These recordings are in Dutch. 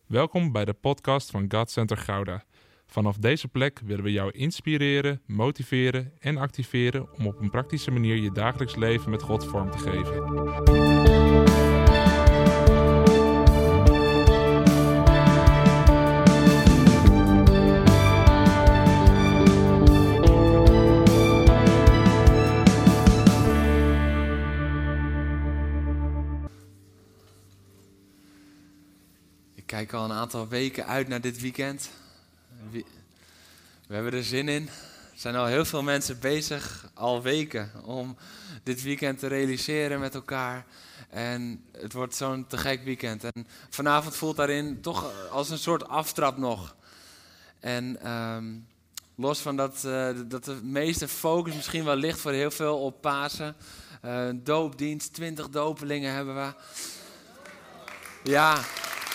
Welkom bij de podcast van God Center Gouda. Vanaf deze plek willen we jou inspireren, motiveren en activeren om op een praktische manier je dagelijks leven met God vorm te geven. Ik kijk al een aantal weken uit naar dit weekend. We hebben er zin in. Er zijn al heel veel mensen bezig, al weken, om dit weekend te realiseren met elkaar. En het wordt zo'n te gek weekend. En vanavond voelt daarin toch als een soort aftrap nog. En los van dat de meeste focus misschien wel ligt voor heel veel op Pasen. Doopdienst, 20 dopelingen hebben we. Ja.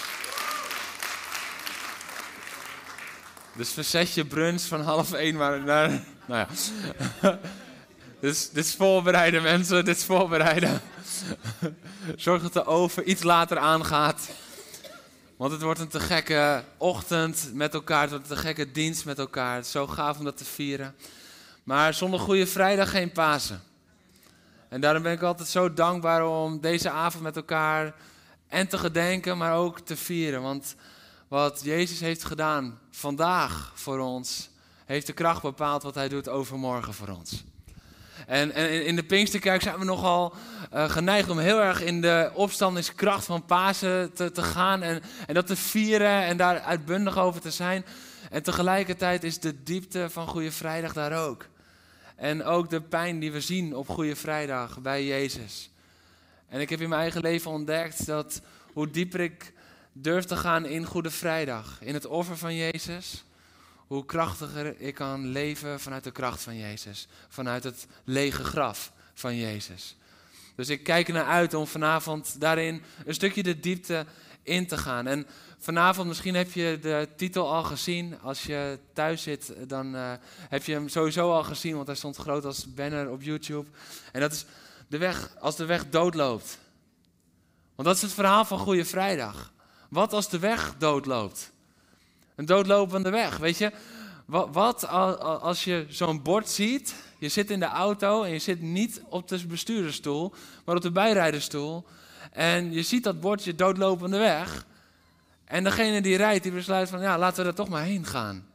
Dus verzet je brunch van 12:30 maar naar... Nou ja. Dit is voorbereiden, mensen. Dit is voorbereiden. Zorg dat de oven iets later aangaat. Want het wordt een te gekke ochtend met elkaar. Het wordt een te gekke dienst met elkaar. Het is zo gaaf om dat te vieren. Maar zonder Goede Vrijdag geen Pasen. En daarom ben ik altijd zo dankbaar om deze avond met elkaar en te gedenken, maar ook te vieren. Want wat Jezus heeft gedaan vandaag voor ons, heeft de kracht bepaald wat hij doet overmorgen voor ons. En in de Pinksterkerk zijn we nogal geneigd om heel erg in de opstandingskracht van Pasen te gaan en dat te vieren en daar uitbundig over te zijn. En tegelijkertijd is de diepte van Goede Vrijdag daar ook. En ook de pijn die we zien op Goede Vrijdag bij Jezus. En ik heb in mijn eigen leven ontdekt dat hoe dieper ik durf te gaan in Goede Vrijdag, in het offer van Jezus, hoe krachtiger ik kan leven vanuit de kracht van Jezus. Vanuit het lege graf van Jezus. Dus ik kijk ernaar uit om vanavond daarin een stukje de diepte in te gaan. En vanavond, misschien heb je de titel al gezien. Als je thuis zit, dan heb je hem sowieso al gezien, want hij stond groot als banner op YouTube. En dat is de weg, als de weg doodloopt. Want dat is het verhaal van Goede Vrijdag. Wat als de weg doodloopt? Een doodlopende weg, weet je? Wat als je zo'n bord ziet, je zit in de auto en je zit niet op de bestuurdersstoel, maar op de bijrijdersstoel. En je ziet dat bordje doodlopende weg. En degene die rijdt, die besluit van, ja, laten we er toch maar heen gaan.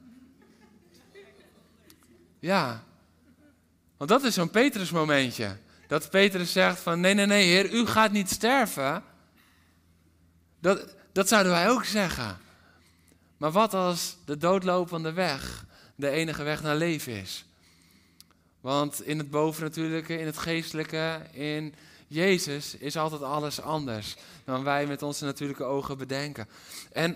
Ja, want dat is zo'n Petrus momentje. Dat Petrus zegt van, nee, Heer, u gaat niet sterven. Dat zouden wij ook zeggen. Maar wat als de doodlopende weg de enige weg naar leven is? Want in het bovennatuurlijke, in het geestelijke, in Jezus is altijd alles anders dan wij met onze natuurlijke ogen bedenken. En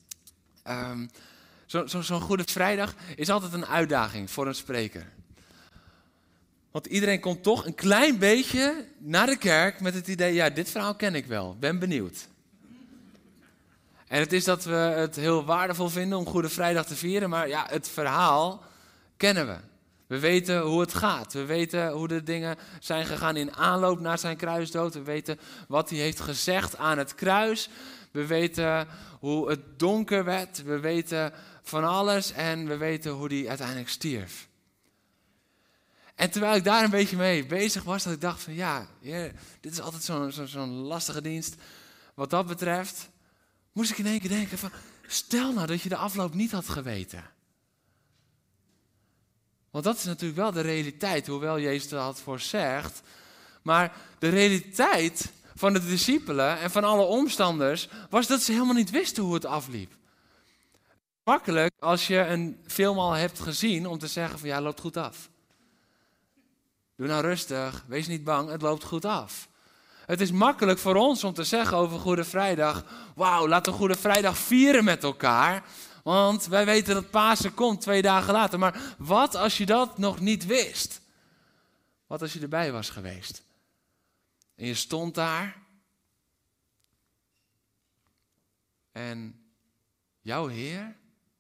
zo'n Goede Vrijdag is altijd een uitdaging voor een spreker. Want iedereen komt toch een klein beetje naar de kerk met het idee, ja, dit verhaal ken ik wel, ben benieuwd. En het is dat we het heel waardevol vinden om Goede Vrijdag te vieren, maar ja, het verhaal kennen we. We weten hoe het gaat. We weten hoe de dingen zijn gegaan in aanloop naar zijn kruisdood. We weten wat hij heeft gezegd aan het kruis. We weten hoe het donker werd. We weten van alles en we weten hoe hij uiteindelijk stierf. En terwijl ik daar een beetje mee bezig was, dat ik dacht van ja, Heer, dit is altijd zo'n lastige dienst. Wat dat betreft moest ik in één keer denken van, stel nou dat je de afloop niet had geweten. Want dat is natuurlijk wel de realiteit, hoewel Jezus er had voorzegd. Maar de realiteit van de discipelen en van alle omstanders was dat ze helemaal niet wisten hoe het afliep. Makkelijk als je een film al hebt gezien om te zeggen van ja, het loopt goed af. Doe nou rustig, wees niet bang, het loopt goed af. Het is makkelijk voor ons om te zeggen over Goede Vrijdag, wauw, laten we Goede Vrijdag vieren met elkaar. Want wij weten dat Pasen komt 2 dagen later. Maar wat als je dat nog niet wist? Wat als je erbij was geweest? En je stond daar. En jouw Heer,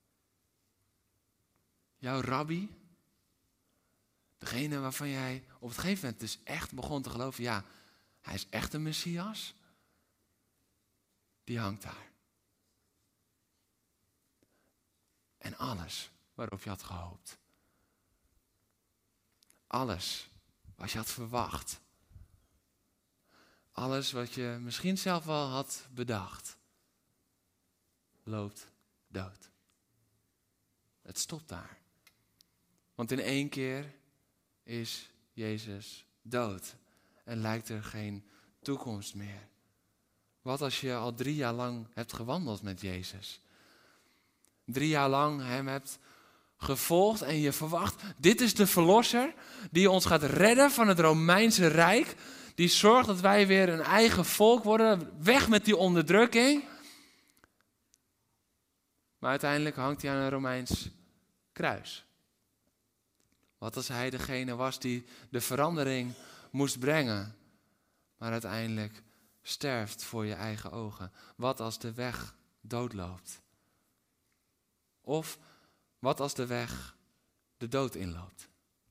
jouw Rabbi, degene waarvan jij op het gegeven moment dus echt begon te geloven, ja, hij is echt een Messias, die hangt daar. en alles waarop je had gehoopt. Alles wat je had verwacht. Alles wat je misschien zelf wel had bedacht, loopt dood. Het stopt daar. Want in één keer is Jezus dood en lijkt er geen toekomst meer. Wat als je al 3 jaar lang hebt gewandeld met Jezus? 3 jaar lang hem hebt gevolgd en je verwacht, dit is de verlosser die ons gaat redden van het Romeinse Rijk. Die zorgt dat wij weer een eigen volk worden, weg met die onderdrukking. Maar uiteindelijk hangt hij aan een Romeins kruis. Wat als hij degene was die de verandering moest brengen, maar uiteindelijk sterft voor je eigen ogen? Wat als de weg doodloopt? Of wat als de weg de dood inloopt?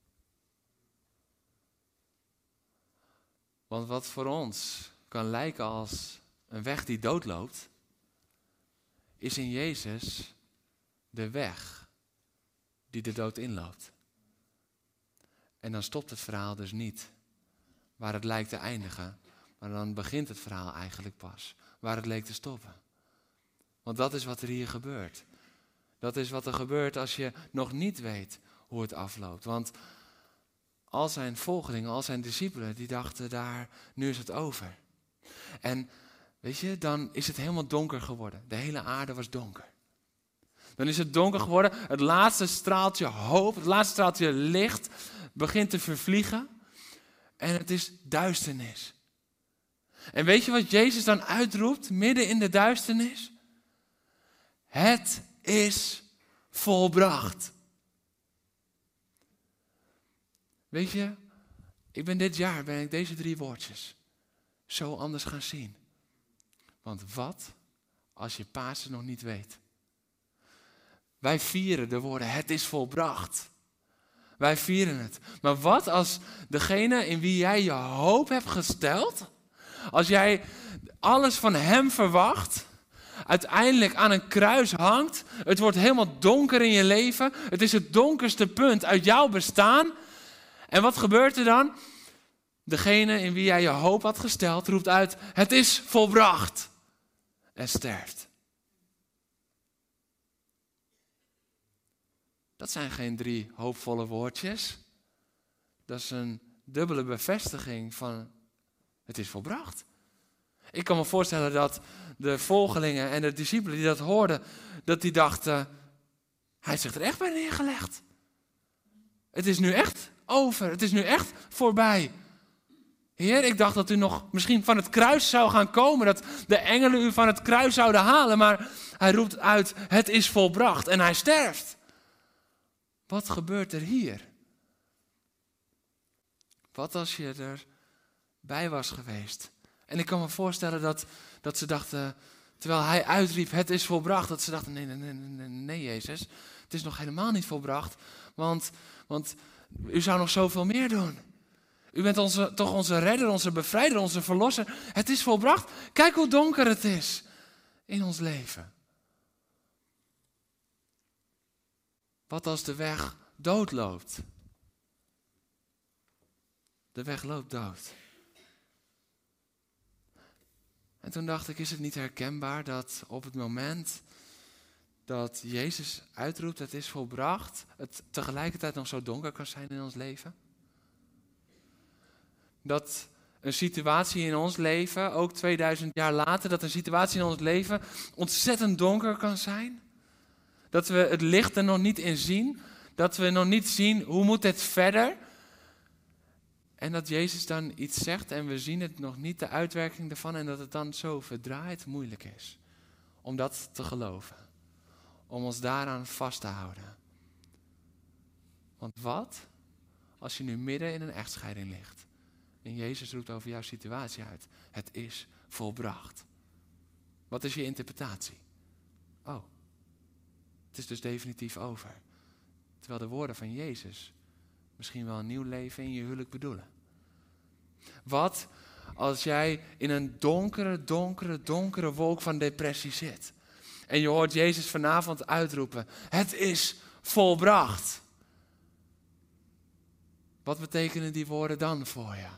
Want wat voor ons kan lijken als een weg die doodloopt, is in Jezus de weg die de dood inloopt. En dan stopt het verhaal dus niet waar het lijkt te eindigen, maar dan begint het verhaal eigenlijk pas waar het leek te stoppen. Want dat is wat er hier gebeurt. Dat is wat er gebeurt als je nog niet weet hoe het afloopt. Want al zijn volgelingen, al zijn discipelen, die dachten daar, nu is het over. En weet je, dan is het helemaal donker geworden. De hele aarde was donker. Dan is het donker geworden, het laatste straaltje hoop, het laatste straaltje licht begint te vervliegen. En het is duisternis. En weet je wat Jezus dan uitroept, midden in de duisternis? Het is volbracht. Weet je, dit jaar ben ik deze 3 woordjes zo anders gaan zien. Want wat als je Pasen nog niet weet? Wij vieren de woorden, het is volbracht. Wij vieren het. Maar wat als degene in wie jij je hoop hebt gesteld, als jij alles van hem verwacht, uiteindelijk aan een kruis hangt, het wordt helemaal donker in je leven, het is het donkerste punt uit jouw bestaan. En wat gebeurt er dan? Degene in wie jij je hoop had gesteld, roept uit, het is volbracht. En sterft. Dat zijn geen 3 hoopvolle woordjes. Dat is een dubbele bevestiging van, het is volbracht. Ik kan me voorstellen dat de volgelingen en de discipelen die dat hoorden, dat die dachten, hij heeft zich er echt bij neergelegd. Het is nu echt over, het is nu echt voorbij. Heer, ik dacht dat u nog misschien van het kruis zou gaan komen, dat de engelen u van het kruis zouden halen, maar hij roept uit, het is volbracht en hij sterft. Wat gebeurt er hier? Wat als je erbij was geweest? En ik kan me voorstellen dat ze dachten, terwijl hij uitriep, het is volbracht, dat ze dachten, nee Jezus, het is nog helemaal niet volbracht, want u zou nog zoveel meer doen. U bent toch onze redder, onze bevrijder, onze verlosser. Het is volbracht. Kijk hoe donker het is in ons leven. Wat als de weg doodloopt? De weg loopt dood. En toen dacht ik, is het niet herkenbaar dat op het moment dat Jezus uitroept, het is volbracht, het tegelijkertijd nog zo donker kan zijn in ons leven? Dat een situatie in ons leven, ook 2000 jaar later, dat een situatie in ons leven ontzettend donker kan zijn. Dat we het licht er nog niet in zien. Dat we nog niet zien, hoe moet het verder? En dat Jezus dan iets zegt en we zien het nog niet, de uitwerking ervan. En dat het dan zo verdraaid moeilijk is om dat te geloven. Om ons daaraan vast te houden. Want wat als je nu midden in een echtscheiding ligt? En Jezus roept over jouw situatie uit. Het is volbracht. Wat is je interpretatie? Oh, het is dus definitief over. Terwijl de woorden van Jezus misschien wel een nieuw leven in je huwelijk bedoelen. Wat als jij in een donkere wolk van depressie zit. En je hoort Jezus vanavond uitroepen, het is volbracht. Wat betekenen die woorden dan voor je?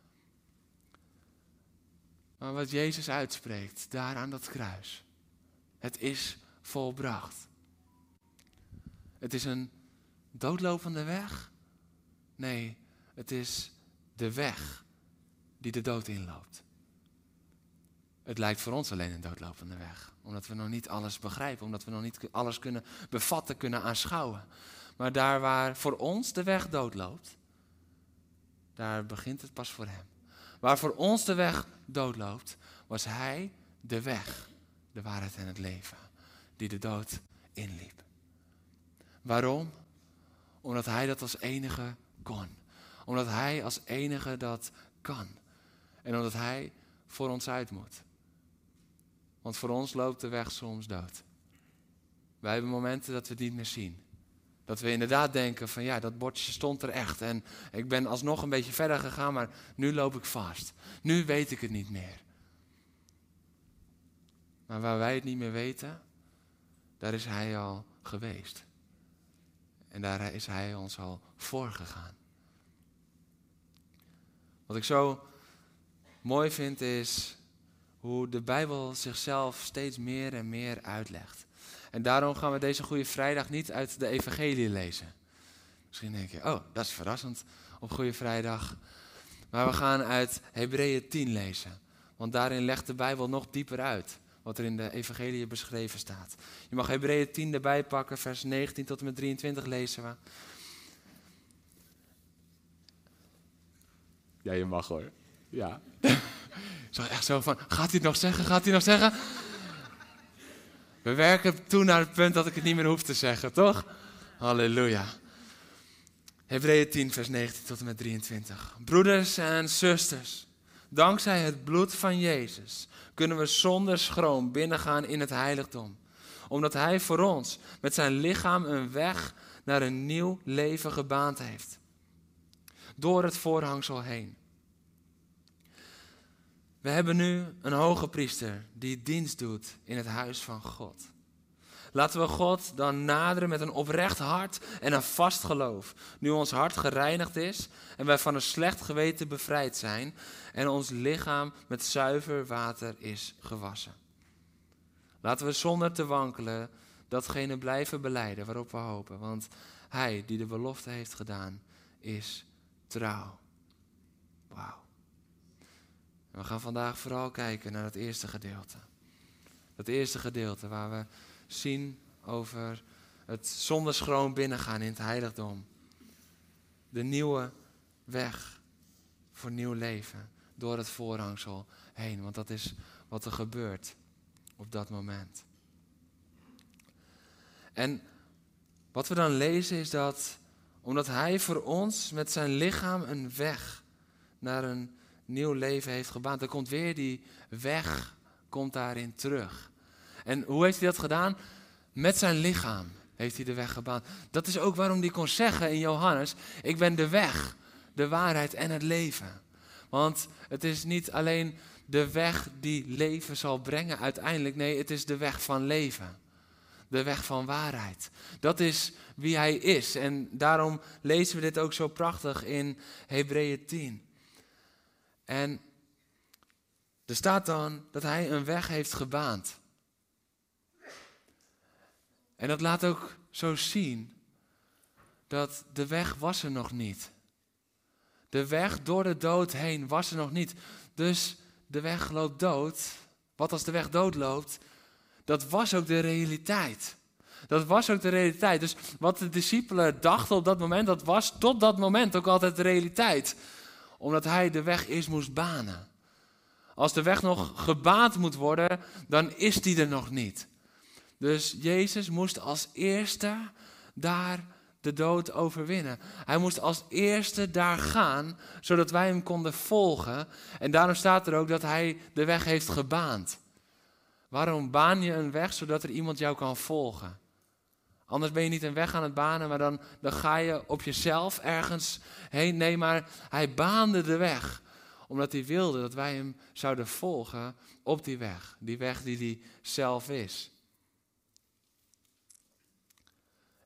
Maar wat Jezus uitspreekt, daar aan dat kruis. Het is volbracht. Het is een doodlopende weg? Nee, het is de weg die de dood inloopt. Het lijkt voor ons alleen een doodlopende weg. Omdat we nog niet alles begrijpen. Omdat we nog niet alles kunnen bevatten, kunnen aanschouwen. Maar daar waar voor ons de weg doodloopt, daar begint het pas voor hem. Waar voor ons de weg doodloopt, was hij de weg, de waarheid en het leven, die de dood inliep. Waarom? Omdat hij dat als enige kon. Omdat hij als enige dat kan. En omdat hij voor ons uit moet. Want voor ons loopt de weg soms dood. Wij hebben momenten dat we het niet meer zien. Dat we inderdaad denken van ja, dat bordje stond er echt. En ik ben alsnog een beetje verder gegaan, maar nu loop ik vast. Nu weet ik het niet meer. Maar waar wij het niet meer weten, daar is hij al geweest. En daar is hij ons al voor gegaan. Wat ik zo mooi vind is hoe de Bijbel zichzelf steeds meer en meer uitlegt. En daarom gaan we deze Goede Vrijdag niet uit de Evangelie lezen. Misschien denk je, oh, dat is verrassend op Goede Vrijdag. Maar we gaan uit Hebreeën 10 lezen. Want daarin legt de Bijbel nog dieper uit wat er in de Evangelie beschreven staat. Je mag Hebreeën 10 erbij pakken, vers 19 tot en met 23 lezen we. Ja, je mag hoor. Ja. Zo echt zo van, gaat hij het nog zeggen? Gaat hij het nog zeggen? We werken toe naar het punt dat ik het niet meer hoef te zeggen, toch? Halleluja. Hebreeën 10, vers 19 tot en met 23. Broeders en zusters, dankzij het bloed van Jezus kunnen we zonder schroom binnengaan in het heiligdom. Omdat hij voor ons met zijn lichaam een weg naar een nieuw leven gebaand heeft. Door het voorhangsel heen. We hebben nu een hoge priester die dienst doet in het huis van God. Laten we God dan naderen met een oprecht hart en een vast geloof. Nu ons hart gereinigd is en wij van een slecht geweten bevrijd zijn en ons lichaam met zuiver water is gewassen. Laten we zonder te wankelen datgene blijven belijden waarop we hopen. Want hij die de belofte heeft gedaan is trouw. Wauw. We gaan vandaag vooral kijken naar het eerste gedeelte. Het eerste gedeelte waar we zien over het zonder schroom binnengaan in het heiligdom. De nieuwe weg voor nieuw leven door het voorhangsel heen. Want dat is wat er gebeurt op dat moment. En wat we dan lezen is dat omdat hij voor ons met zijn lichaam een weg naar een nieuw leven heeft gebaand. Er komt weer die weg, komt daarin terug. En hoe heeft hij dat gedaan? Met zijn lichaam heeft hij de weg gebaand. Dat is ook waarom hij kon zeggen in Johannes, ik ben de weg, de waarheid en het leven. Want het is niet alleen de weg die leven zal brengen uiteindelijk. Nee, het is de weg van leven. De weg van waarheid. Dat is wie hij is. En daarom lezen we dit ook zo prachtig in Hebreeën 10. En er staat dan dat hij een weg heeft gebaand. En dat laat ook zo zien dat de weg was er nog niet. De weg door de dood heen was er nog niet. Dus de weg loopt dood. Wat als de weg doodloopt? Dat was ook de realiteit. Dat was ook de realiteit. Dus wat de discipelen dachten op dat moment, dat was tot dat moment ook altijd de realiteit. Omdat hij de weg eerst moest banen. Als de weg nog gebaand moet worden, dan is die er nog niet. Dus Jezus moest als eerste daar de dood overwinnen. Hij moest als eerste daar gaan, zodat wij hem konden volgen. En daarom staat er ook dat hij de weg heeft gebaand. Waarom baan je een weg, zodat er iemand jou kan volgen? Anders ben je niet een weg aan het banen, maar dan ga je op jezelf ergens heen. Nee, maar hij baande de weg. Omdat hij wilde dat wij hem zouden volgen op die weg. Die weg die hij zelf is.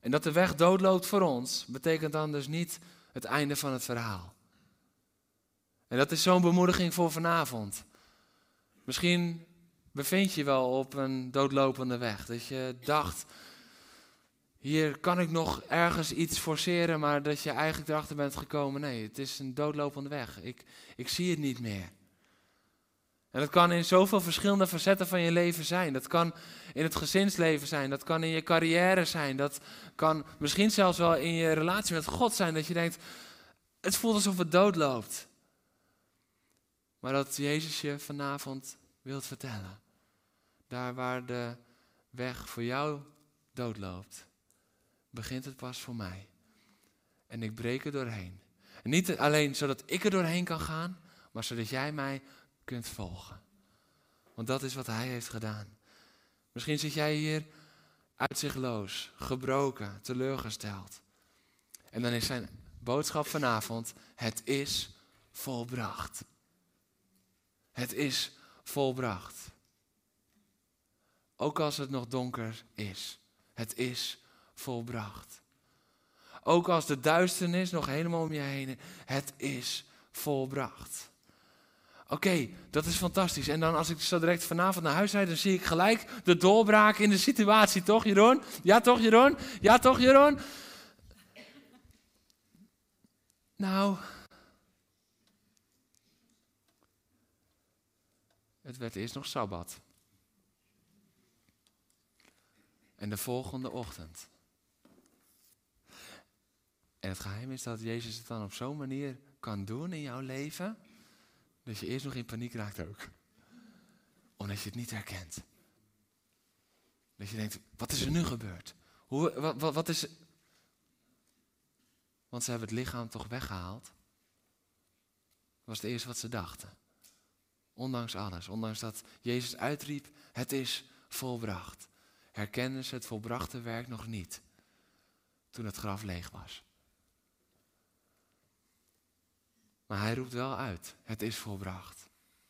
En dat de weg doodloopt voor ons, betekent dan dus niet het einde van het verhaal. En dat is zo'n bemoediging voor vanavond. Misschien bevind je je wel op een doodlopende weg. Dat je dacht, hier kan ik nog ergens iets forceren, maar dat je eigenlijk erachter bent gekomen, nee, het is een doodlopende weg. Ik zie het niet meer. En dat kan in zoveel verschillende facetten van je leven zijn. Dat kan in het gezinsleven zijn, dat kan in je carrière zijn, dat kan misschien zelfs wel in je relatie met God zijn, dat je denkt, het voelt alsof het doodloopt. Maar dat Jezus je vanavond wilt vertellen, daar waar de weg voor jou doodloopt, begint het pas voor mij. En ik breek er doorheen. En niet alleen zodat ik er doorheen kan gaan, maar zodat jij mij kunt volgen. Want dat is wat hij heeft gedaan. Misschien zit jij hier uitzichtloos, gebroken, teleurgesteld. En dan is zijn boodschap vanavond, het is volbracht. Het is volbracht. Ook als het nog donker is. Het is volbracht. Ook als de duisternis nog helemaal om je heen. Het is volbracht. Oké, dat is fantastisch. En dan als ik zo direct vanavond naar huis rijd, dan zie ik gelijk de doorbraak in de situatie. Toch, Jeroen? Ja, toch, Jeroen? Ja, toch, Jeroen? Nou, het werd eerst nog Sabbat. En de volgende ochtend. En het geheim is dat Jezus het dan op zo'n manier kan doen in jouw leven, dat je eerst nog in paniek raakt ook. Omdat je het niet herkent. Dat je denkt, wat is er nu gebeurd? Wat is er? Want ze hebben het lichaam toch weggehaald. Dat was het eerste wat ze dachten. Ondanks alles, ondanks dat Jezus uitriep, het is volbracht. Herkenden ze het volbrachte werk nog niet. Toen het graf leeg was. Maar hij roept wel uit, het is volbracht.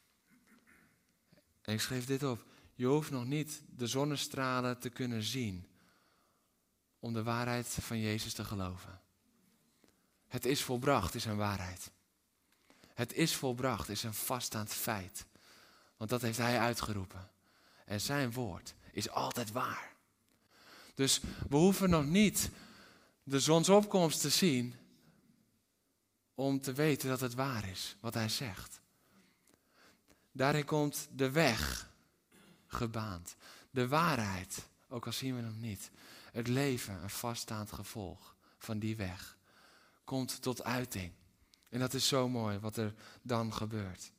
En ik schreef dit op. Je hoeft nog niet de zonnestralen te kunnen zien om de waarheid van Jezus te geloven. Het is volbracht is een waarheid. Het is volbracht is een vaststaand feit. Want dat heeft hij uitgeroepen. En zijn woord is altijd waar. Dus we hoeven nog niet de zonsopkomst te zien om te weten dat het waar is, wat hij zegt. Daarin komt de weg gebaand. De waarheid, ook al zien we hem niet. Het leven, een vaststaand gevolg van die weg, komt tot uiting. En dat is zo mooi wat er dan gebeurt.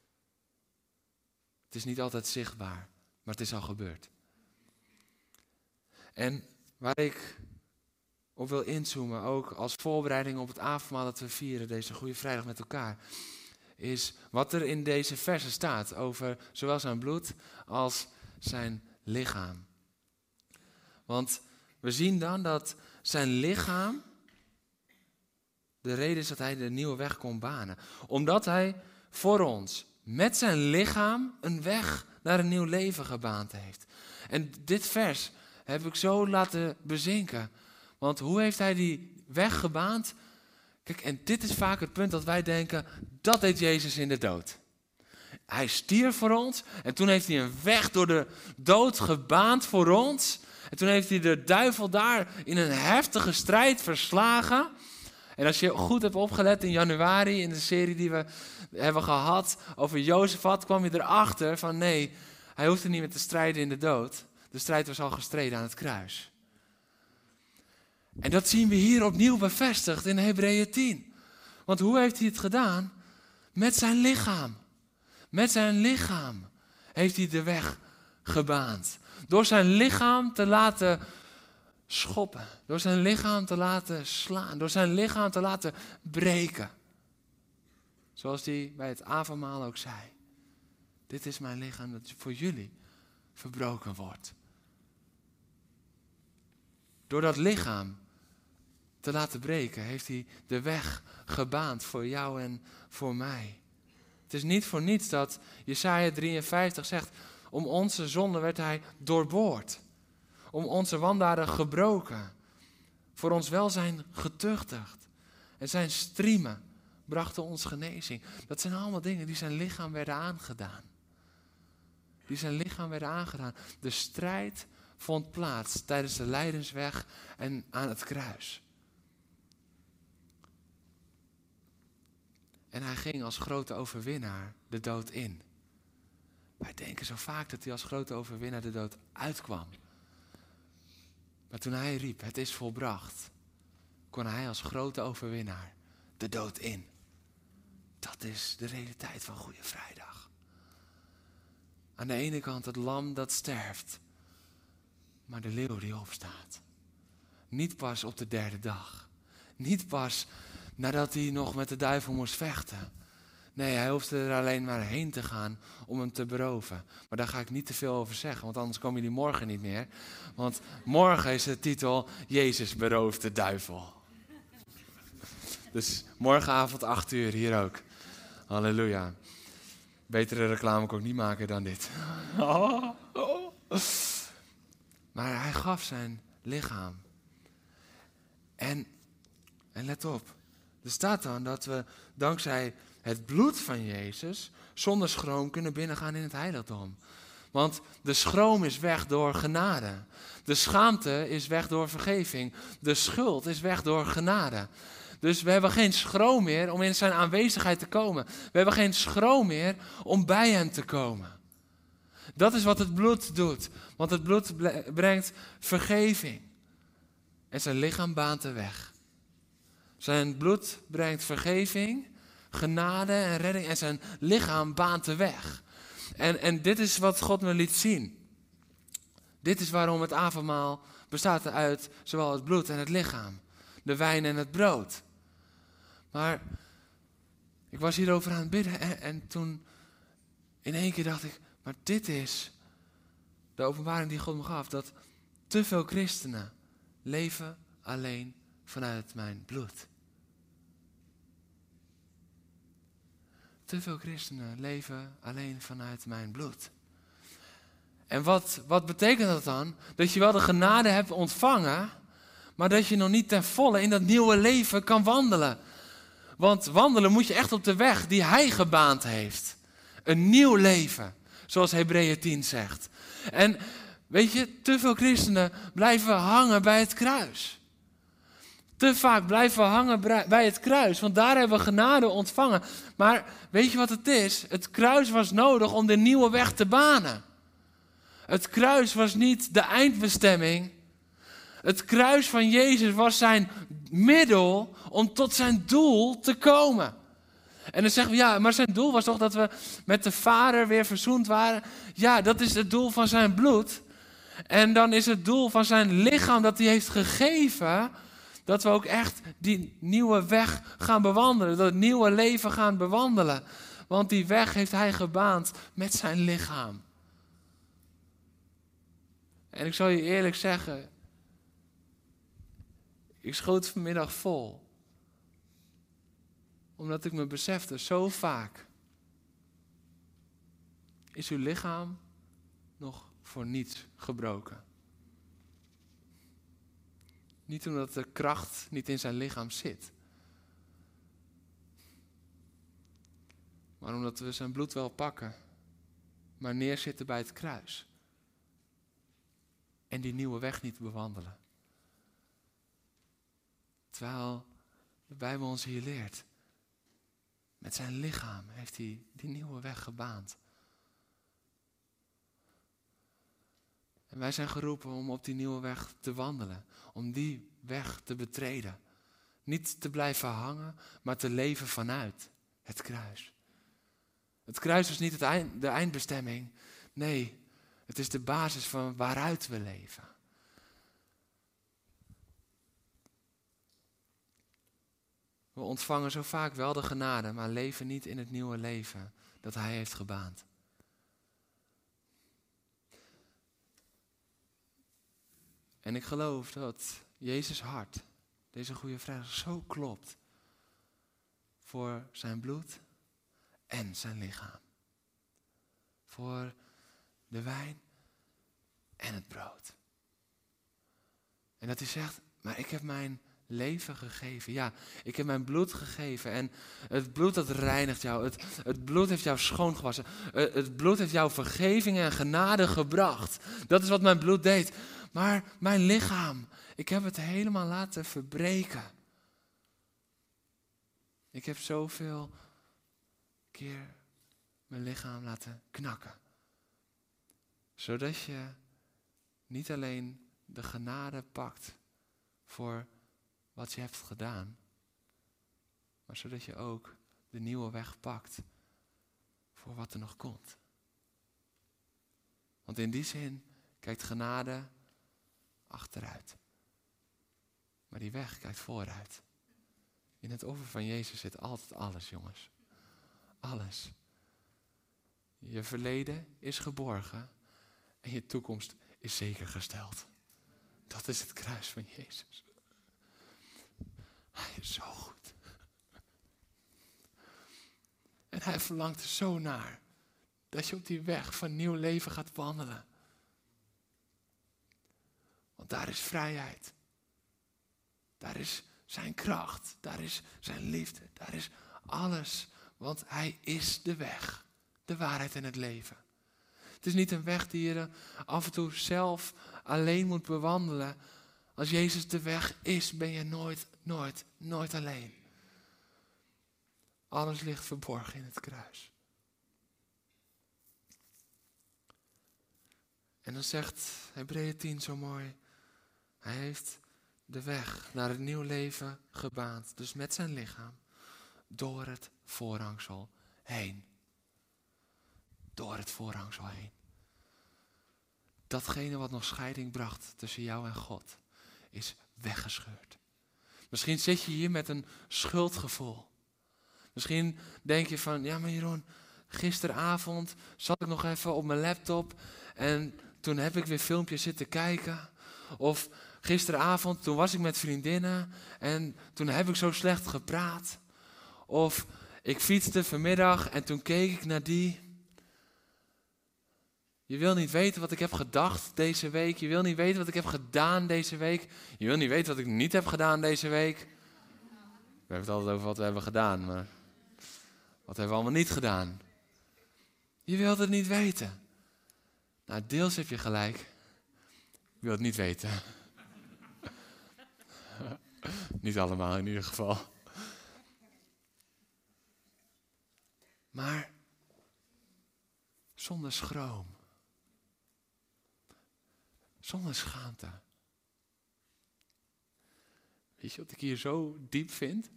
Het is niet altijd zichtbaar, maar het is al gebeurd. En waar ik op wil inzoomen, ook als voorbereiding op het avondmaal dat we vieren, deze Goede Vrijdag met elkaar, is wat er in deze versen staat over zowel zijn bloed als zijn lichaam. Want we zien dan dat zijn lichaam de reden is dat hij de nieuwe weg kon banen. Omdat hij voor ons met zijn lichaam een weg naar een nieuw leven gebaand heeft. En dit vers heb ik zo laten bezinken. Want hoe heeft hij die weg gebaand? Kijk, en dit is vaak het punt dat wij denken, dat deed Jezus in de dood. Hij stierf voor ons en toen heeft hij een weg door de dood gebaand voor ons. En toen heeft hij de duivel daar in een heftige strijd verslagen. En als je goed hebt opgelet in januari, in de serie die we hebben gehad over Jozefat, kwam je erachter van nee, hij hoefde niet meer te strijden in de dood. De strijd was al gestreden aan het kruis. En dat zien we hier opnieuw bevestigd in Hebreeën 10. Want hoe heeft hij het gedaan? Met zijn lichaam. Met zijn lichaam heeft hij de weg gebaand. Door zijn lichaam te laten schoppen. Door zijn lichaam te laten slaan. Door zijn lichaam te laten breken. Zoals hij bij het avondmaal ook zei. Dit is mijn lichaam dat voor jullie verbroken wordt. Door dat lichaam te laten breken heeft hij de weg gebaand voor jou en voor mij. Het is niet voor niets dat Jesaja 53 zegt, om onze zonde werd hij doorboord. Om onze wandaden gebroken. voor ons welzijn getuchtigd. En zijn striemen brachten ons genezing. Dat zijn allemaal dingen die zijn lichaam werden aangedaan. De strijd vond plaats tijdens de lijdensweg en aan het kruis. En hij ging als grote overwinnaar de dood in. Wij denken zo vaak dat hij als grote overwinnaar de dood uitkwam. Maar toen hij riep, het is volbracht, kon hij als grote overwinnaar de dood in. Dat is de realiteit van Goede Vrijdag. Aan de ene kant het lam dat sterft, maar de leeuw die opstaat. Niet pas op de derde dag. Niet pas nadat hij nog met de duivel moest vechten. Nee, hij hoefde er alleen maar heen te gaan om hem te beroven. Maar daar ga ik niet te veel over zeggen, want anders komen jullie morgen niet meer. Want morgen is de titel Jezus berooft de duivel. Dus morgenavond 8 uur hier ook. Halleluja. Betere reclame kan ik ook niet maken dan dit. Maar hij gaf zijn lichaam. En let op. Er staat dan dat we dankzij het bloed van Jezus zonder schroom kunnen binnengaan in het heiligdom. Want de schroom is weg door genade. De schaamte is weg door vergeving. De schuld is weg door genade. Dus we hebben geen schroom meer om in zijn aanwezigheid te komen. We hebben geen schroom meer om bij hem te komen. Dat is wat het bloed doet. Want het bloed brengt vergeving. En zijn lichaam baant de weg. Zijn bloed brengt vergeving, genade en redding. En zijn lichaam baant de weg. En dit is wat God me liet zien. Dit is waarom het avondmaal bestaat uit zowel het bloed en het lichaam. De wijn en het brood. Maar ik was hierover aan het bidden en toen in één keer dacht ik, maar dit is de openbaring die God me gaf. Dat te veel christenen leven alleen vanuit mijn bloed. Te veel christenen leven alleen vanuit mijn bloed. En wat betekent dat dan? Dat je wel de genade hebt ontvangen, maar dat je nog niet ten volle in dat nieuwe leven kan wandelen. Want wandelen moet je echt op de weg die hij gebaand heeft. Een nieuw leven, zoals Hebreeën 10 zegt. En weet je, te veel christenen blijven hangen bij het kruis. Te vaak blijven we hangen bij het kruis, want daar hebben we genade ontvangen. Maar weet je wat het is? Het kruis was nodig om de nieuwe weg te banen. Het kruis was niet de eindbestemming. Het kruis van Jezus was zijn middel om tot zijn doel te komen. En dan zeggen we, ja, maar zijn doel was toch dat we met de Vader weer verzoend waren? Ja, dat is het doel van zijn bloed. En dan is het doel van zijn lichaam dat hij heeft gegeven, dat we ook echt die nieuwe weg gaan bewandelen. Dat nieuwe leven gaan bewandelen. Want die weg heeft hij gebaand met zijn lichaam. En ik zal je eerlijk zeggen, ik schoot vanmiddag vol. Omdat ik me besefte, zo vaak is uw lichaam nog voor niets gebroken. Niet omdat de kracht niet in zijn lichaam zit. Maar omdat we zijn bloed wel pakken, maar neerzitten bij het kruis. En die nieuwe weg niet bewandelen. Terwijl de Bijbel ons hier leert. Met zijn lichaam heeft hij die nieuwe weg gebaand. En wij zijn geroepen om op die nieuwe weg te wandelen. Om die weg te betreden. Niet te blijven hangen, maar te leven vanuit het kruis. Het kruis is niet de eindbestemming. Nee, het is de basis van waaruit we leven. We ontvangen zo vaak wel de genade, maar leven niet in het nieuwe leven dat hij heeft gebaand. En ik geloof dat Jezus' hart, deze Goede Vrijdag, zo klopt voor zijn bloed en zijn lichaam. Voor de wijn en het brood. En dat hij zegt, Maar ik heb mijn leven gegeven. Ja, ik heb mijn bloed gegeven. En het bloed dat reinigt jou. Het bloed heeft jou schoongewassen. Het bloed heeft jou vergeving en genade gebracht. Dat is wat mijn bloed deed. Maar mijn lichaam, ik heb het helemaal laten verbreken. Ik heb zoveel keer mijn lichaam laten knakken. Zodat je niet alleen de genade pakt voor wat je hebt gedaan, maar zodat je ook de nieuwe weg pakt voor wat er nog komt. Want in die zin kijkt genade achteruit. Maar die weg kijkt vooruit. In het offer van Jezus zit altijd alles, jongens. Alles. Je verleden is geborgen en je toekomst is zeker gesteld. Dat is het kruis van Jezus. Hij is zo goed. En hij verlangt er zo naar dat je op die weg van nieuw leven gaat wandelen. Want daar is vrijheid. Daar is zijn kracht. Daar is zijn liefde. Daar is alles. Want hij is de weg, de waarheid en het leven. Het is niet een weg die je af en toe zelf alleen moet bewandelen. Als Jezus de weg is, ben je nooit alleen. Alles ligt verborgen in het kruis. En dan zegt Hebreeën 10 zo mooi. Hij heeft de weg naar het nieuw leven gebaand. Dus met zijn lichaam. Door het voorhangsel heen. Door het voorhangsel heen. Datgene wat nog scheiding bracht tussen jou en God is weggescheurd. Misschien zit je hier met een schuldgevoel. Misschien denk je van, ja maar Jeroen, gisteravond zat ik nog even op mijn laptop en toen heb ik weer filmpjes zitten kijken. Of gisteravond, toen was ik met vriendinnen en toen heb ik zo slecht gepraat. Of ik fietste vanmiddag en toen keek ik naar die. Je wil niet weten wat ik heb gedacht deze week. Je wil niet weten wat ik heb gedaan deze week. Je wil niet weten wat ik niet heb gedaan deze week. We hebben het altijd over wat we hebben gedaan, maar wat hebben we allemaal niet gedaan? Je wilt het niet weten. Nou, deels heb je gelijk. Je wilt het niet weten. Niet allemaal in ieder geval. Maar zonder schroom. Zonder schaamte. Weet je wat ik hier zo diep vind?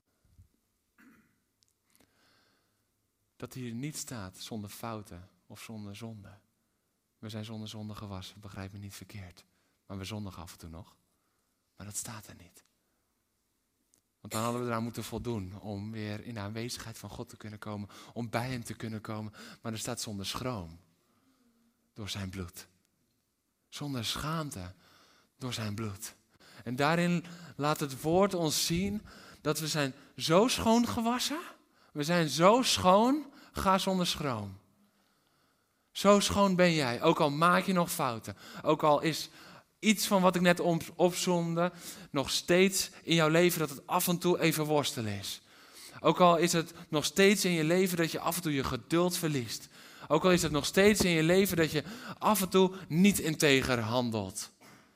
Dat hier niet staat zonder fouten of zonder zonde. We zijn zonder zonde gewassen, begrijp me niet verkeerd. Maar we zondigen af en toe nog. Maar dat staat er niet. Want dan hadden we eraan moeten voldoen om weer in de aanwezigheid van God te kunnen komen. Om bij hem te kunnen komen. Maar er staat zonder schroom. Door zijn bloed. Zonder schaamte. Door zijn bloed. En daarin laat het woord ons zien dat we zijn zo schoon gewassen. We zijn zo schoon. Ga zonder schroom. Zo schoon ben jij. Ook al maak je nog fouten. Ook al is iets van wat ik net opzomde nog steeds in jouw leven dat het af en toe even worstelen is. Ook al is het nog steeds in je leven dat je af en toe je geduld verliest. Ook al is het nog steeds in je leven dat je af en toe niet integer handelt.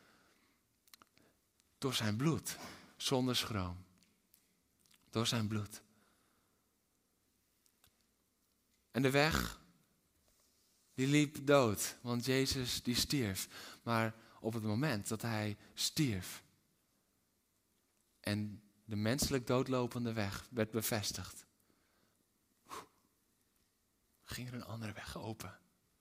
Door zijn bloed, zonder schroom. Door zijn bloed. En de weg, die liep dood, want Jezus die stierf. Maar op het moment dat hij stierf en de menselijk doodlopende weg werd bevestigd, ging er een andere weg open.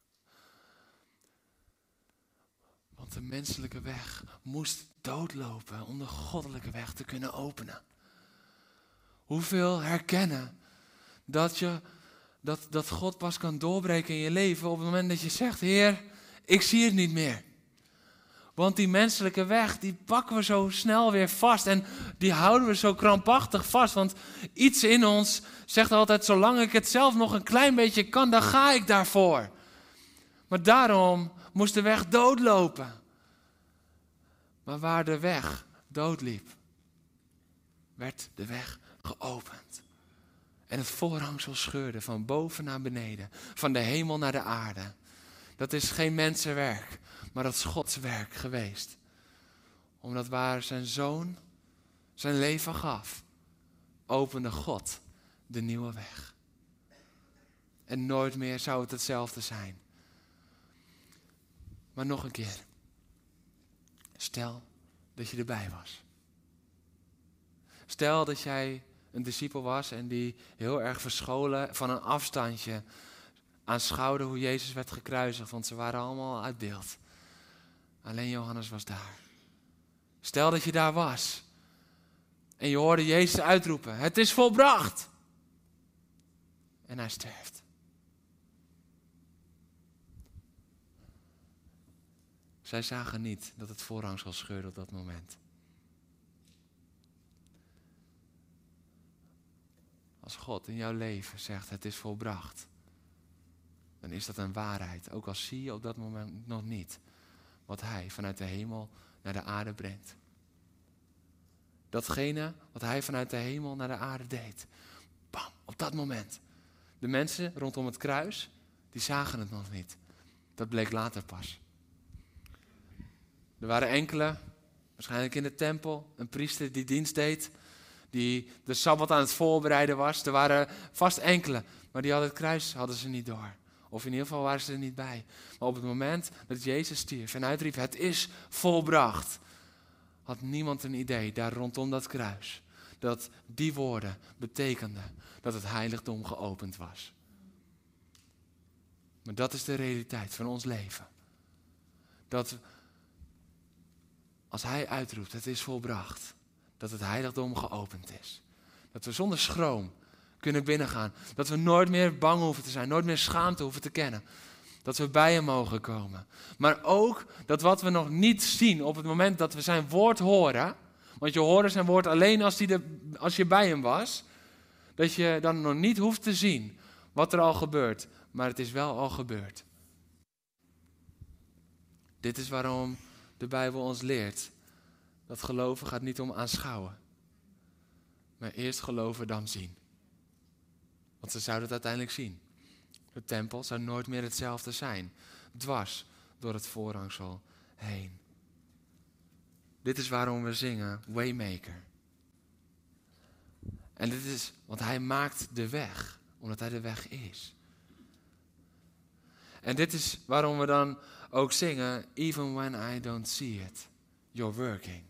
Want de menselijke weg moest doodlopen om de goddelijke weg te kunnen openen. Hoeveel herkennen dat God pas kan doorbreken in je leven op het moment dat je zegt, Heer, ik zie het niet meer. Want die menselijke weg, die pakken we zo snel weer vast en die houden we zo krampachtig vast. Want iets in ons zegt altijd, zolang ik het zelf nog een klein beetje kan, dan ga ik daarvoor. Maar daarom moest de weg doodlopen. Maar waar de weg dood liep, werd de weg geopend. En het voorhangsel scheurde van boven naar beneden, van de hemel naar de aarde. Dat is geen mensenwerk, maar dat is Gods werk geweest. Omdat waar zijn zoon zijn leven gaf, opende God de nieuwe weg. En nooit meer zou het hetzelfde zijn. Maar nog een keer. Stel dat je erbij was. Stel dat jij een discipel was en die heel erg verscholen van een afstandje aanschouwde hoe Jezus werd gekruisigd, want ze waren allemaal uit beeld. Alleen Johannes was daar. Stel dat je daar was en je hoorde Jezus uitroepen, het is volbracht. En hij sterft. Zij zagen niet dat het voorhangsel scheurde op dat moment. Als God in jouw leven zegt, het is volbracht, dan is dat een waarheid. Ook al zie je op dat moment nog niet wat hij vanuit de hemel naar de aarde brengt. Datgene wat hij vanuit de hemel naar de aarde deed. Bam, op dat moment. De mensen rondom het kruis, die zagen het nog niet. Dat bleek later pas. Er waren enkele, waarschijnlijk in de tempel, een priester die dienst deed, die de Sabbat aan het voorbereiden was. Er waren vast enkele, maar die hadden het kruis ze niet door. Of in ieder geval waren ze er niet bij. Maar op het moment dat Jezus stierf en uitriep, het is volbracht, had niemand een idee daar rondom dat kruis, dat die woorden betekenden dat het heiligdom geopend was. Maar dat is de realiteit van ons leven. Dat als hij uitroept, het is volbracht, dat het heiligdom geopend is. Dat we zonder schroom kunnen binnengaan. Dat we nooit meer bang hoeven te zijn, nooit meer schaamte hoeven te kennen. Dat we bij hem mogen komen. Maar ook dat wat we nog niet zien op het moment dat we zijn woord horen, want je hoorde zijn woord alleen als je bij hem was, dat je dan nog niet hoeft te zien wat er al gebeurt. Maar het is wel al gebeurd. Dit is waarom de Bijbel ons leert dat geloven gaat niet om aanschouwen. Maar eerst geloven dan zien. Want ze zouden het uiteindelijk zien. De tempel zou nooit meer hetzelfde zijn. Dwars door het voorhangsel heen. Dit is waarom we zingen Waymaker. En dit is, want hij maakt de weg. Omdat hij de weg is. En dit is waarom we dan ook zingen, even when I don't see it, you're working.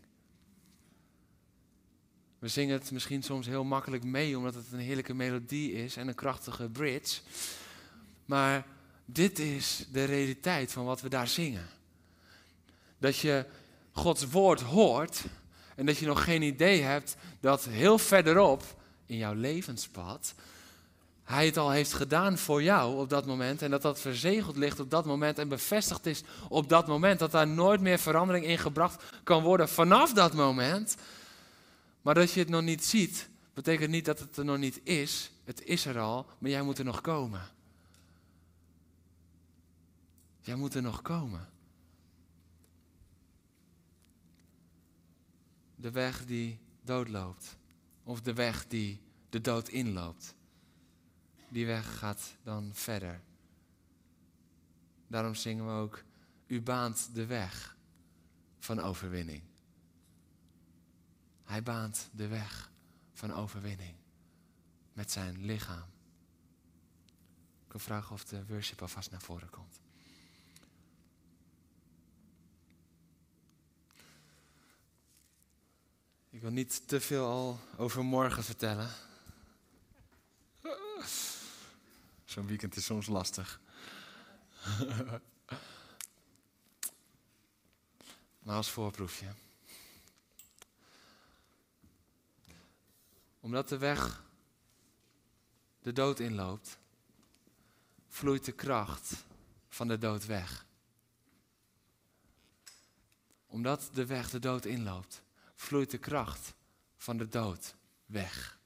We zingen het misschien soms heel makkelijk mee, omdat het een heerlijke melodie is en een krachtige bridge. Maar dit is de realiteit van wat we daar zingen. Dat je Gods woord hoort en dat je nog geen idee hebt dat heel verderop in jouw levenspad hij het al heeft gedaan voor jou op dat moment en dat dat verzegeld ligt op dat moment en bevestigd is op dat moment. Dat daar nooit meer verandering in gebracht kan worden vanaf dat moment. Maar dat je het nog niet ziet, betekent niet dat het er nog niet is. Het is er al, maar jij moet er nog komen. Jij moet er nog komen. De weg die doodloopt, of de weg die de dood inloopt. Die weg gaat dan verder. Daarom zingen we ook, u baant de weg van overwinning. Hij baant de weg van overwinning met zijn lichaam. Ik wil vragen of de worship alvast naar voren komt. Ik wil niet te veel al over morgen vertellen. Zo'n weekend is soms lastig. Maar als voorproefje. Omdat de weg de dood inloopt, vloeit de kracht van de dood weg. Omdat de weg de dood inloopt, vloeit de kracht van de dood weg.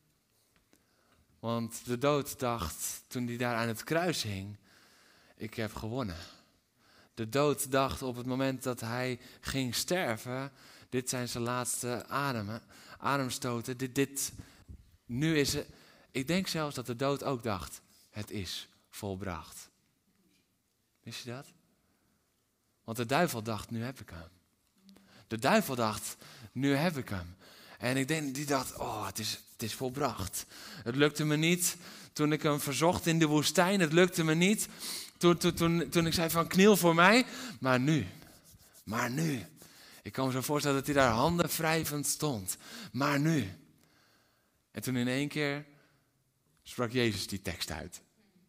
Want de dood dacht, toen hij daar aan het kruis hing, ik heb gewonnen. De dood dacht op het moment dat hij ging sterven, dit zijn zijn laatste ademstoten. Nu is het. Ik denk zelfs dat de dood ook dacht, het is volbracht. Wist je dat? Want de duivel dacht, nu heb ik hem. De duivel dacht, nu heb ik hem. En ik denk, die dacht, het is volbracht. Het lukte me niet toen ik hem verzocht in de woestijn. Het lukte me niet toen ik zei van kniel voor mij. Maar nu. Ik kan me zo voorstellen dat hij daar handen wrijvend stond. Maar nu. En toen in één keer sprak Jezus die tekst uit.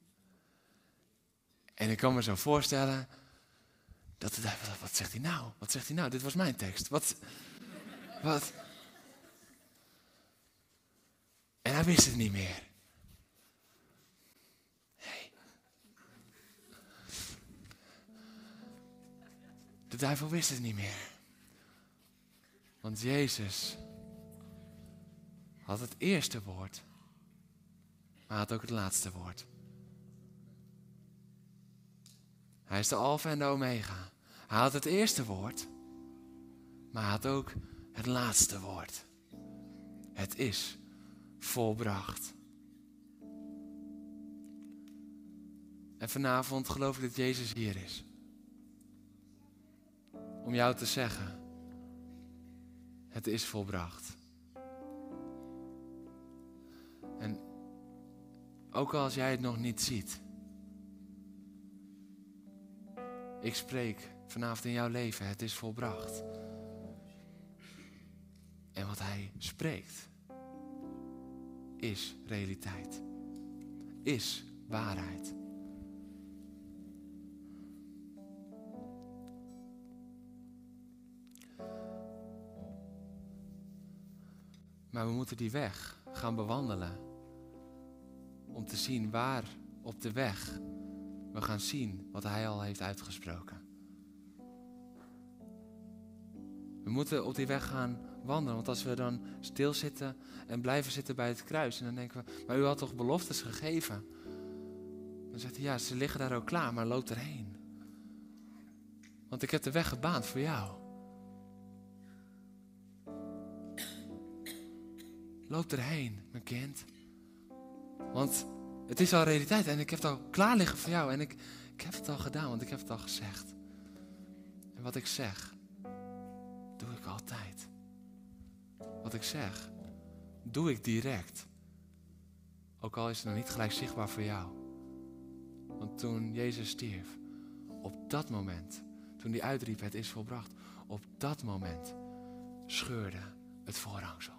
En ik kan me zo voorstellen dat de duivel, wat zegt hij nou? Wat zegt hij nou? Dit was mijn tekst. Wat? En hij wist het niet meer. Nee. De duivel wist het niet meer. Want Jezus had het eerste woord, maar had ook het laatste woord. Hij is de Alfa en de Omega. Hij had het eerste woord, maar hij had ook het laatste woord. Het is volbracht. En vanavond geloof ik dat Jezus hier is. Om jou te zeggen, het is volbracht. En ook als jij het nog niet ziet. Ik spreek vanavond in jouw leven, het is volbracht. En wat hij spreekt, is realiteit. Is waarheid. Maar we moeten die weg gaan bewandelen. Om te zien waar op de weg we gaan zien wat hij al heeft uitgesproken. We moeten op die weg gaan wandelen. Want als we dan stilzitten en blijven zitten bij het kruis. En dan denken we, maar u had toch beloftes gegeven? Dan zegt hij, ja, ze liggen daar ook klaar, maar loop erheen. Want ik heb de weg gebaand voor jou. Loop erheen, mijn kind. Want het is al realiteit en ik heb het al klaar liggen voor jou. En ik heb het al gedaan, want ik heb het al gezegd. En wat ik zeg, doe ik altijd. Wat ik zeg, doe ik direct. Ook al is het nog niet gelijk zichtbaar voor jou. Want toen Jezus stierf, op dat moment, toen hij uitriep, het is volbracht. Op dat moment scheurde het voorhangsel.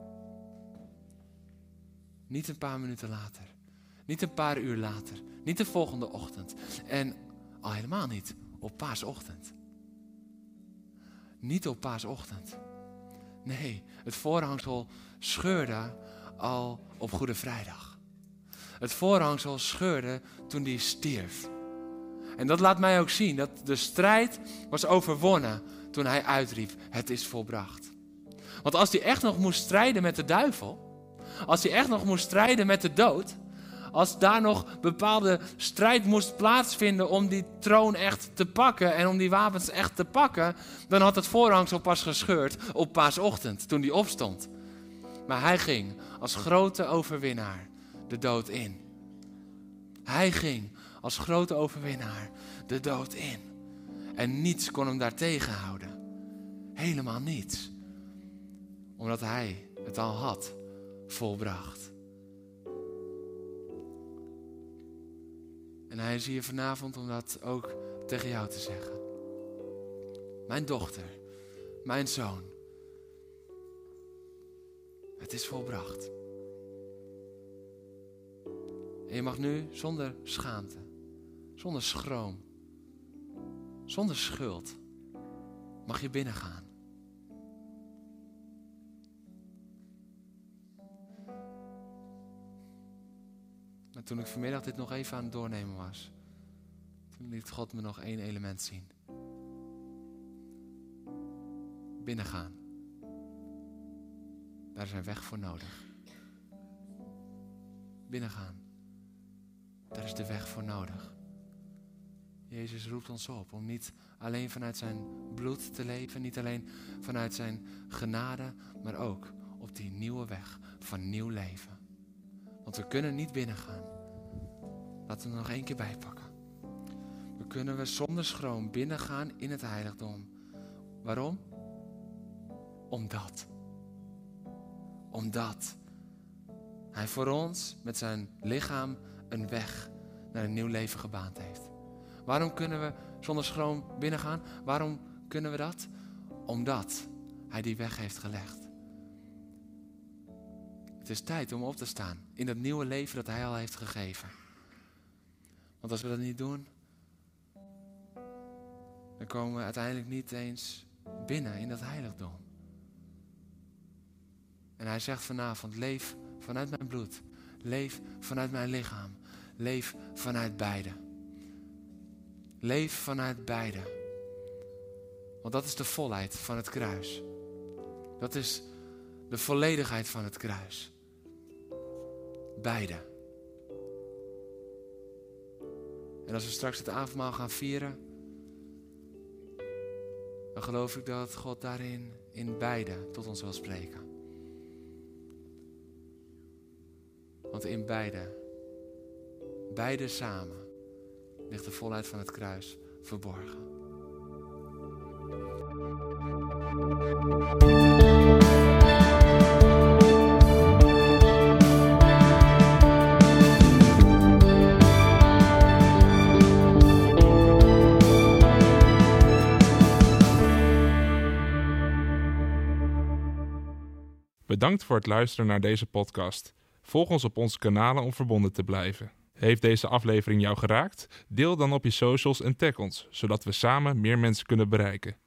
Niet een paar minuten later. Niet een paar uur later. Niet de volgende ochtend. En al helemaal niet op paasochtend. Niet op paasochtend. Nee, het voorhangsel scheurde al op Goede Vrijdag. Het voorhangsel scheurde toen hij stierf. En dat laat mij ook zien dat de strijd was overwonnen toen hij uitriep, het is volbracht. Want als hij echt nog moest strijden met de duivel, als hij echt nog moest strijden met de dood, als daar nog bepaalde strijd moest plaatsvinden om die troon echt te pakken en om die wapens echt te pakken, dan had het voorhangsel pas gescheurd op paasochtend toen hij opstond. Maar hij ging als grote overwinnaar de dood in. Hij ging als grote overwinnaar de dood in. En niets kon hem daar tegenhouden. Helemaal niets. Omdat hij het al had volbracht. En hij is hier vanavond om dat ook tegen jou te zeggen. Mijn dochter, mijn zoon. Het is volbracht. En je mag nu zonder schaamte, zonder schroom, zonder schuld, mag je binnengaan. Maar toen ik vanmiddag dit nog even aan het doornemen was, toen liet God me nog 1 element zien. Binnengaan. Daar is een weg voor nodig. Binnengaan. Daar is de weg voor nodig. Jezus roept ons op om niet alleen vanuit zijn bloed te leven, niet alleen vanuit zijn genade, maar ook op die nieuwe weg van nieuw leven. Want we kunnen niet binnengaan. Laten we er nog 1 keer bijpakken. We kunnen zonder schroom binnengaan in het heiligdom. Waarom? Omdat hij voor ons met zijn lichaam een weg naar een nieuw leven gebaand heeft. Waarom kunnen we zonder schroom binnengaan? Waarom kunnen we dat? Omdat hij die weg heeft gelegd. Het is tijd om op te staan in dat nieuwe leven dat hij al heeft gegeven. Want als we dat niet doen, dan komen we uiteindelijk niet eens binnen in dat heiligdom. En hij zegt vanavond, leef vanuit mijn bloed. Leef vanuit mijn lichaam. Leef vanuit beide. Leef vanuit beide. Want dat is de volheid van het kruis. Dat is de volledigheid van het kruis. Beide. En als we straks het avondmaal gaan vieren, dan geloof ik dat God daarin in beide tot ons wil spreken. Want in beide samen, ligt de volheid van het kruis verborgen. Bedankt voor het luisteren naar deze podcast. Volg ons op onze kanalen om verbonden te blijven. Heeft deze aflevering jou geraakt? Deel dan op je socials en tag ons, zodat we samen meer mensen kunnen bereiken.